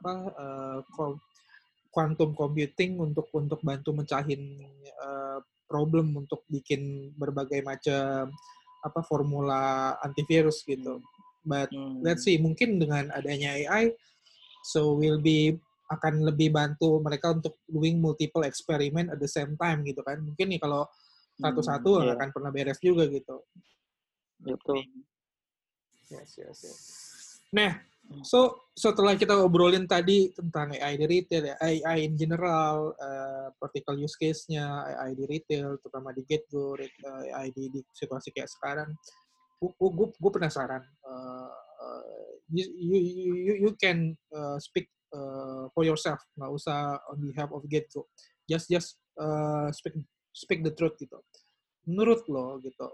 [SPEAKER 1] quantum computing untuk bantu mecahin problem untuk bikin berbagai macam formula antivirus gitu. But let's see, mungkin dengan adanya AI, so akan lebih bantu mereka untuk doing multiple experiment at the same time gitu kan. Mungkin nih kalau satu-satu nggak akan pernah beres juga gitu.
[SPEAKER 2] Betul.
[SPEAKER 1] Yes. Nah, so setelah kita obrolin tadi tentang AI di retail, AI in general, practical use case-nya, AI di retail, terutama di GetGo, AI di situasi kayak sekarang, gue penasaran. You can speak for yourself, nggak usah on behalf of GetGo. Just speak the truth gitu. Menurut lo gitu,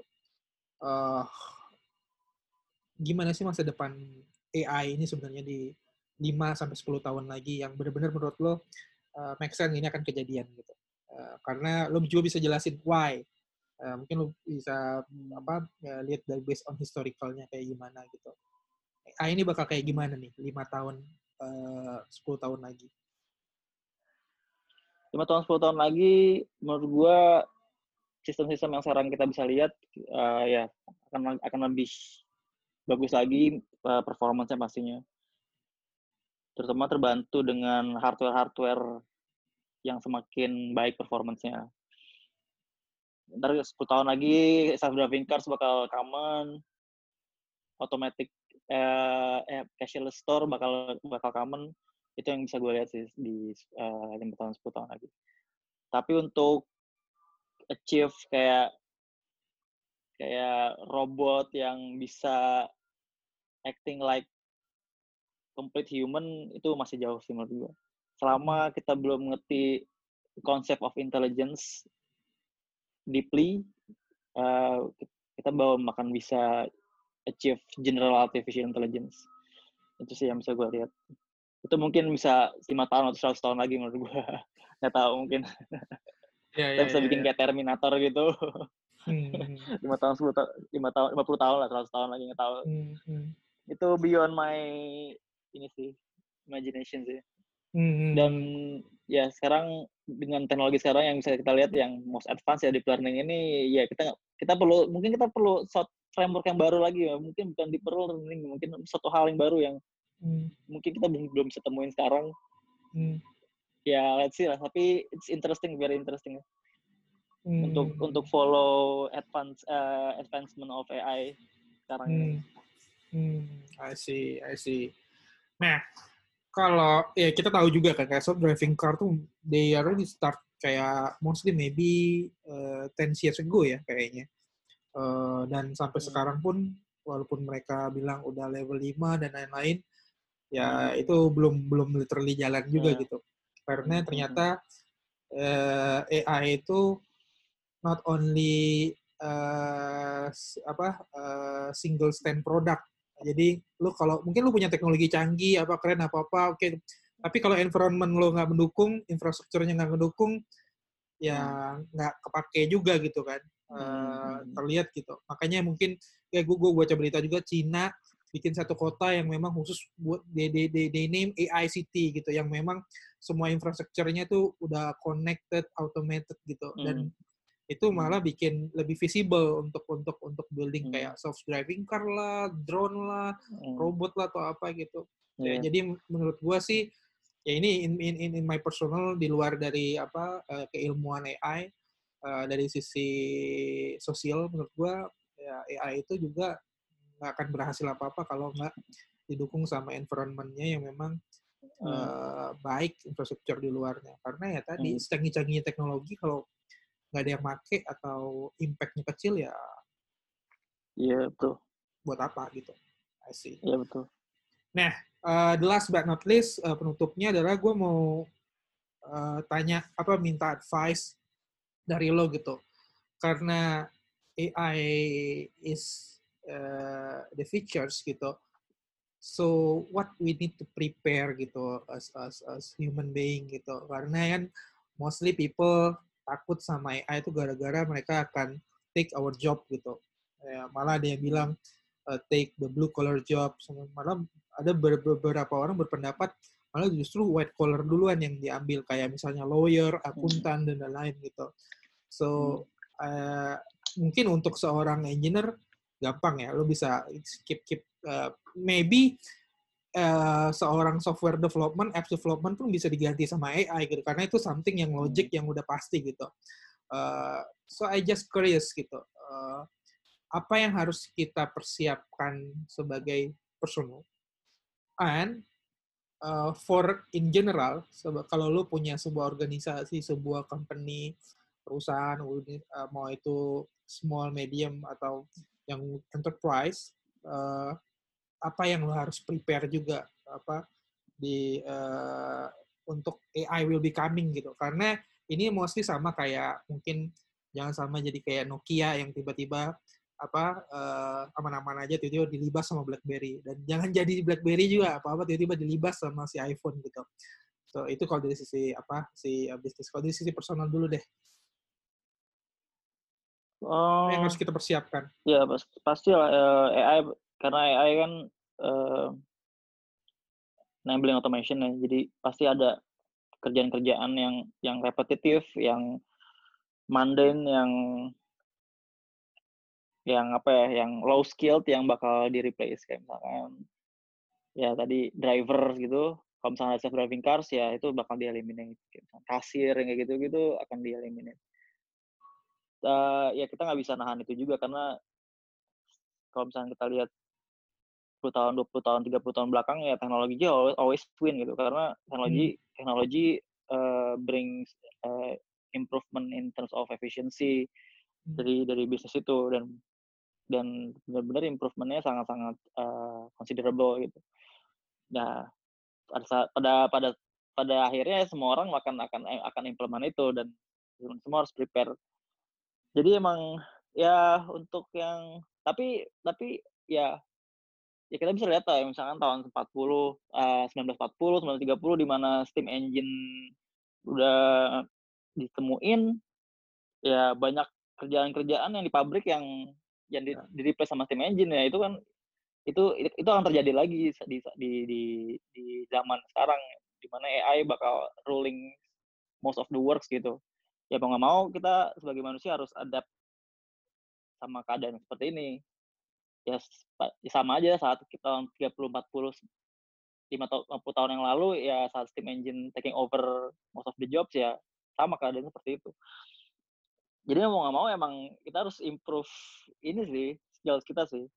[SPEAKER 1] gimana sih masa depan AI ini sebenarnya di 5-10 tahun lagi yang benar-benar menurut lo make sense ini akan kejadian gitu. Karena lo juga bisa jelasin why. Mungkin lo bisa lihat dari based on historicalnya kayak gimana gitu. AI ini bakal kayak gimana nih 5 tahun 10 tahun lagi.
[SPEAKER 2] 5 tahun 10 tahun lagi menurut gua sistem-sistem yang sekarang kita bisa lihat ya akan lebih bagus lagi performance-nya pastinya. Terutama terbantu dengan hardware yang semakin baik performance-nya. Ntar 10 tahun lagi self-driving cars bakal common, automatic cashless store bakal common. Itu yang bisa gue lihat sih di 5 tahun 10 tahun lagi. Tapi untuk achieve kayak robot yang bisa acting like complete human, itu masih jauh sih menurut gue. Selama kita belum mengerti concept of intelligence deeply, kita belum akan bisa achieve general artificial intelligence. Itu sih yang bisa gue lihat. Itu mungkin bisa 5 tahun atau 100 tahun lagi menurut gue. Nggak tahu, mungkin. Kita bisa bikin kayak Terminator gitu. 5 tahun, 10 tahun, 50 tahun lah, 100 tahun lagi, nggak tahu. Itu beyond my imagination sih. Dan ya sekarang dengan teknologi sekarang yang bisa kita lihat yang most advanced ya deep learning ini, ya kita perlu framework yang baru lagi ya, mungkin bukan deep learning, mungkin satu hal yang baru yang mungkin kita belum bisa temuin sekarang. Ya let's see lah, tapi it's interesting, very interesting untuk follow advancement of AI sekarang ini.
[SPEAKER 1] I see. Nah, kalau ya kita tahu juga kan kayak self-driving car tuh they already start kayak mostly maybe 10 years ago ya kayaknya. Dan sampai sekarang pun walaupun mereka bilang udah level 5 dan lain-lain, ya itu belum literally jalan juga gitu. Karena ternyata AI itu not only single stand product. Jadi mungkin lu punya teknologi canggih apa keren apa oke. Tapi kalau environment lo nggak mendukung, infrastrukturnya nggak mendukung, ya nggak kepake juga gitu kan. Terlihat gitu. Makanya mungkin kayak gue baca berita juga Cina bikin satu kota yang memang khusus buat they name AI City gitu, yang memang semua infrastrukturnya tuh udah connected, automated gitu, dan itu malah bikin lebih visible untuk building kayak self driving car lah, drone lah, robot lah atau apa gitu. Ya, jadi menurut gua sih ya ini in my personal, di luar dari keilmuan AI, dari sisi sosial menurut gua ya AI itu juga nggak akan berhasil apa-apa kalau nggak didukung sama environment-nya yang memang baik, infrastruktur di luarnya. Karena ya tadi secanggih-canggihnya teknologi kalau nggak ada yang make atau impact-nya kecil ya
[SPEAKER 2] betul.
[SPEAKER 1] Buat apa gitu. I see.
[SPEAKER 2] Iya betul.
[SPEAKER 1] Nah, the last but not least, penutupnya adalah gue mau minta advice dari lo gitu. Karena AI is the features gitu. So what we need to prepare gitu as human being gitu. Karena kan mostly people takut sama AI itu gara-gara mereka akan take our job gitu. Ya, malah ada yang bilang take the blue collar job. Malah ada beberapa orang berpendapat malah justru white collar duluan yang diambil, kayak misalnya lawyer, akuntan dan lain-lain gitu. So mungkin untuk seorang engineer gampang ya, lo bisa keep maybe seorang software development, apps development pun bisa diganti sama AI gitu, karena itu something yang logic yang udah pasti gitu. So I just curious gitu, apa yang harus kita persiapkan sebagai personal, and for in general, kalau lo punya sebuah organisasi, sebuah company, perusahaan, mau itu small, medium, atau yang enterprise, apa yang lo harus prepare juga untuk AI will be coming gitu. Karena ini mostly sama kayak, mungkin jangan sama jadi kayak Nokia yang tiba-tiba aman-aman aja tiba-tiba dilibas sama BlackBerry, dan jangan jadi BlackBerry juga apa-apa tiba-tiba dilibas sama si iPhone gitu. So itu kalau dari sisi bisnis. Kalau dari sisi personal dulu deh, apa yang harus kita persiapkan?
[SPEAKER 2] Ya pasti lah, AI, karena AI kan enabling automation ya, jadi pasti ada kerjaan-kerjaan yang repetitif, yang mundane, yang low skilled yang bakal di replace, kayak misalkan ya tadi driver gitu. Kalau misalnya self driving cars ya itu bakal di-eliminate, kayak misalnya kasir yang kayak gitu-gitu akan di-eliminate. Ya kita nggak bisa nahan itu juga, karena kalau misalnya kita lihat 10 tahun, 20 tahun, 30 tahun belakang ya teknologi always win gitu, karena teknologi brings improvement in terms of efficiency dari bisnis itu, dan benar-benar improvementnya sangat-sangat considerable gitu. Nah, pada akhirnya semua orang akan implement itu, dan semua harus prepare. Jadi emang ya untuk yang tapi ya kita bisa lihat lah, misalkan tahun 1940, 1930 di mana steam engine udah ditemuin, ya banyak kerjaan-kerjaan yang di pabrik yang di-replace sama steam engine ya, itu kan itu akan terjadi lagi di zaman sekarang, di mana AI bakal ruling most of the works gitu. Ya mau nggak mau kita sebagai manusia harus adapt sama keadaan seperti ini. Ya sama aja saat kita 30, 40, 50 tahun yang lalu ya, saat steam engine taking over most of the jobs, ya sama keadaannya seperti itu. Jadi mau nggak mau emang kita harus improve ini sih, skills kita sih.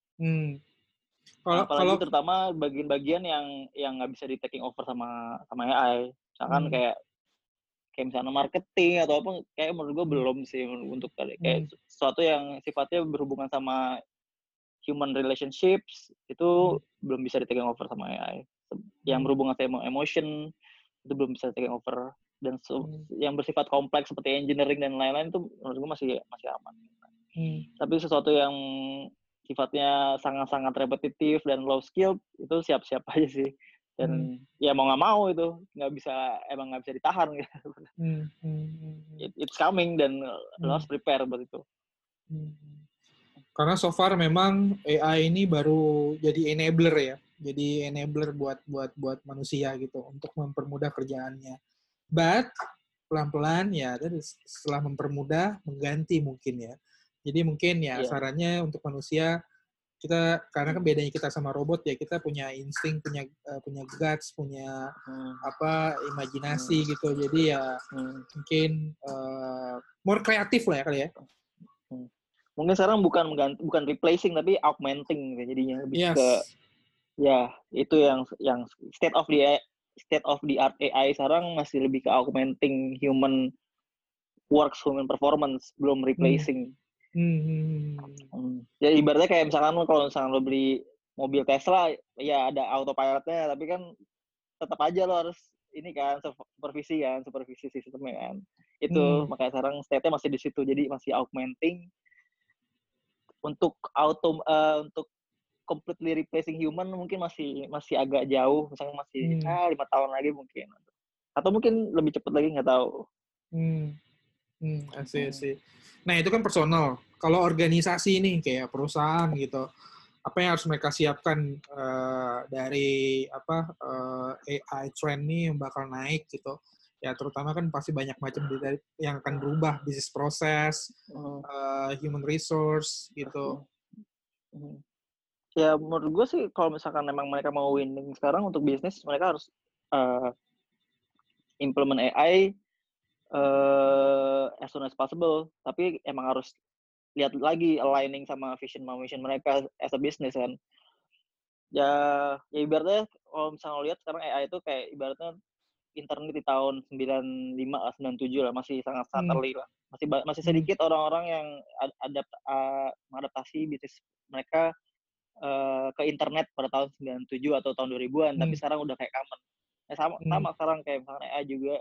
[SPEAKER 2] Apalagi terutama bagian-bagian yang nggak bisa di taking over sama AI. Misalkan kayak misalnya marketing atau apa, kayak menurut gue belum sih untuk kayak sesuatu yang sifatnya berhubungan sama human relationships itu belum bisa di taking over sama AI. Yang berhubungan sama emotion, itu belum bisa taking over, dan yang bersifat kompleks seperti engineering dan lain-lain itu menurut gue masih aman. Tapi sesuatu yang sifatnya sangat-sangat repetitif dan low skill itu siap-siap aja sih, dan ya mau nggak mau itu nggak bisa ditahan gitu. It's coming dan lo harus prepare buat itu.
[SPEAKER 1] Karena so far memang AI ini baru jadi enabler ya, jadi enabler buat manusia gitu untuk mempermudah kerjaannya. But pelan-pelan ya, setelah mempermudah mengganti mungkin ya. Jadi mungkin ya sarannya untuk manusia, kita karena kan bedanya kita sama robot ya, kita punya insting, punya guts, punya imajinasi gitu. Jadi ya mungkin more kreatif lah ya kali ya.
[SPEAKER 2] Mungkin sekarang bukan replacing tapi augmenting jadinya lebih ke ya itu yang state of the art AI sekarang masih lebih ke augmenting human works, human performance, belum replacing. Ya ibaratnya kayak misalkan kalau lo beli mobil Tesla ya ada autopilotnya, tapi kan tetap aja lo harus ini kan supervisi sistemnya kan. Itu makanya sekarang state-nya masih di situ, jadi masih augmenting. Untuk untuk completely replacing human mungkin masih agak jauh, misalnya masih 5 tahun lagi mungkin, atau mungkin lebih cepat lagi, nggak tahu.
[SPEAKER 1] Asik. Nah itu kan personal. Kalau organisasi nih kayak perusahaan gitu, apa yang harus mereka siapkan dari AI trend nih yang bakal naik gitu? Ya terutama kan pasti banyak macam yang akan berubah, bisnis proses, human resource gitu.
[SPEAKER 2] Ya menurut gue sih kalau misalkan memang mereka mau winning sekarang untuk bisnis, mereka harus implement AI as soon as possible. Tapi emang harus lihat lagi aligning sama vision mission mereka as a business kan. Ya ibaratnya kalau misalnya lihat sekarang AI itu kayak ibaratnya internet di tahun 95 97 lah, masih sangat early lah. Masih sedikit orang-orang yang mengadaptasi bisnis mereka ke internet pada tahun 97 atau tahun 2000-an, tapi sekarang udah kayak common. Sama sekarang kayak misalnya AI juga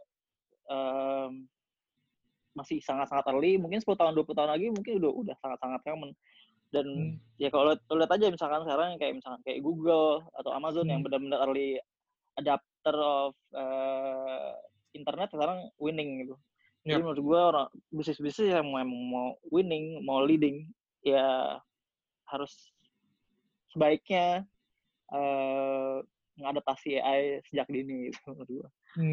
[SPEAKER 2] masih sangat-sangat early, mungkin 10 tahun 20 tahun lagi mungkin udah sangat-sangat common. Dan ya kalau lihat aja misalkan sekarang kayak Google atau Amazon yang benar-benar early adapter of internet sekarang winning gitu. Jadi menurut gue orang bisnis-bisnis yang mau winning, mau leading, ya harus sebaiknya mengadaptasi AI sejak dini gitu menurut gue.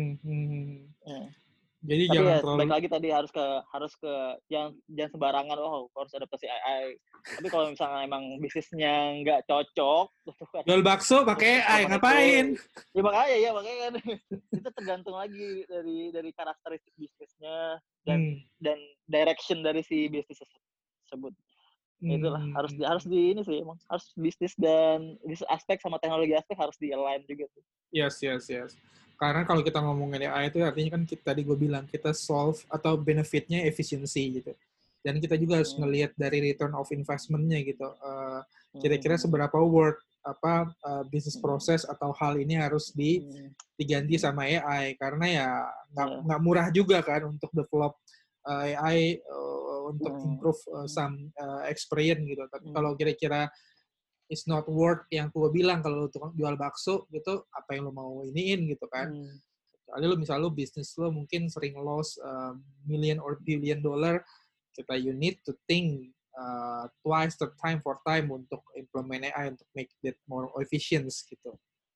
[SPEAKER 1] Jadi
[SPEAKER 2] tapi
[SPEAKER 1] jangan
[SPEAKER 2] ya
[SPEAKER 1] terlalu...
[SPEAKER 2] balik lagi tadi harus ke jangan sembarangan harus adaptasi AI. Tapi kalau misalnya emang bisnisnya nggak cocok,
[SPEAKER 1] jual bakso pakai AI ngapain?
[SPEAKER 2] Ya makanya kan itu tergantung lagi dari karakteristik bisnisnya dan direction dari si bisnis tersebut. Itulah harus di ini sih, emang harus bisnis dan bisnis aspek sama teknologi aspek harus di align juga tuh.
[SPEAKER 1] Yes. Karena kalau kita ngomongin AI itu artinya kan tadi gue bilang kita solve atau benefitnya efisiensi gitu. Dan kita juga harus ngelihat dari return of investment-nya gitu. Kira-kira seberapa worth bisnis proses atau hal ini harus diganti sama AI, karena ya nggak murah juga kan untuk develop AI untuk improve some experience gitu. Tapi kalau kira-kira it's not worth yang gue bilang, kalau lu tukang jual bakso gitu, apa yang lu mau iniin gitu kan. Kecuali lu misalnya lu bisnis lu mungkin sering loss million or billion dollar, you need to think twice, third time, fourth time untuk implement AI untuk make it more efficient gitu.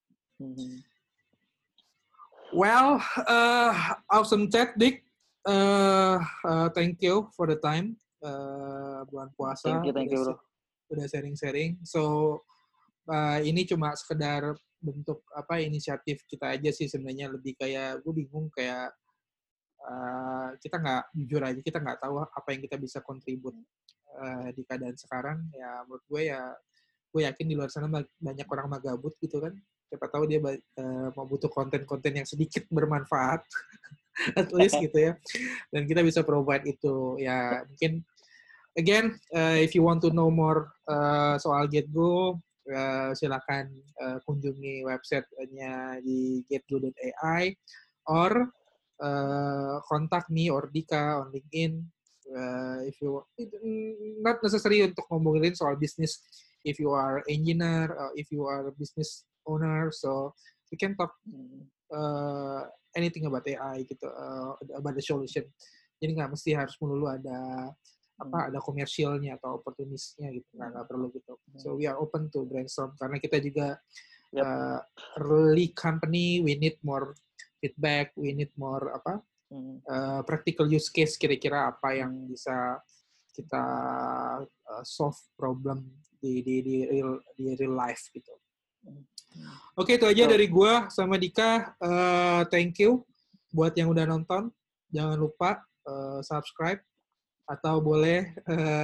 [SPEAKER 1] Well, awesome chat, Dick. Thank you for the time. Bulan puasa.
[SPEAKER 2] Thank you, bro.
[SPEAKER 1] Udah sharing-sharing. So ini cuma sekedar bentuk inisiatif kita aja sih sebenarnya, lebih kayak gue bingung kayak kita nggak tahu apa yang kita bisa kontribut di keadaan sekarang. Ya menurut gue gue yakin di luar sana banyak orang magabut gitu kan, siapa tahu dia mau butuh konten-konten yang sedikit bermanfaat at least gitu ya, dan kita bisa provide itu ya. Mungkin again, if you want to know more soal GetGo, silakan kunjungi websitenya di getgo.ai. or contact me or Dika on LinkedIn. If you not necessary untuk ngomongin soal bisnis, if you are engineer, if you are a business owner, so we can talk anything about AI gitu, about the solution. Jadi nggak mesti harus melulu ada ada komersialnya atau opportunisnya gitu, nggak perlu gitu. So we are open to brainstorm karena kita juga early company, we need more feedback, we need more practical use case, kira-kira apa yang bisa kita solve problem di real life gitu. Oke, itu aja dari gua sama Dika. Thank you buat yang udah nonton. Jangan lupa subscribe atau boleh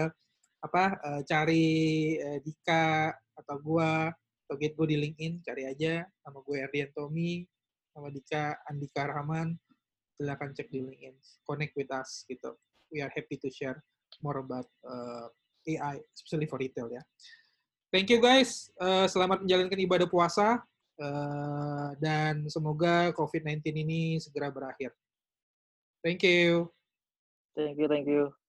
[SPEAKER 1] cari Dika atau gua atau GetGo di LinkedIn, cari aja nama gue Erdian Tommy, sama Dika Andika Rahman. Silakan cek di LinkedIn, connect with us gitu. We are happy to share more about AI, especially for retail ya. Thank you guys. Selamat menjalankan ibadah puasa dan semoga COVID-19 ini segera berakhir. Thank you.
[SPEAKER 2] Thank you.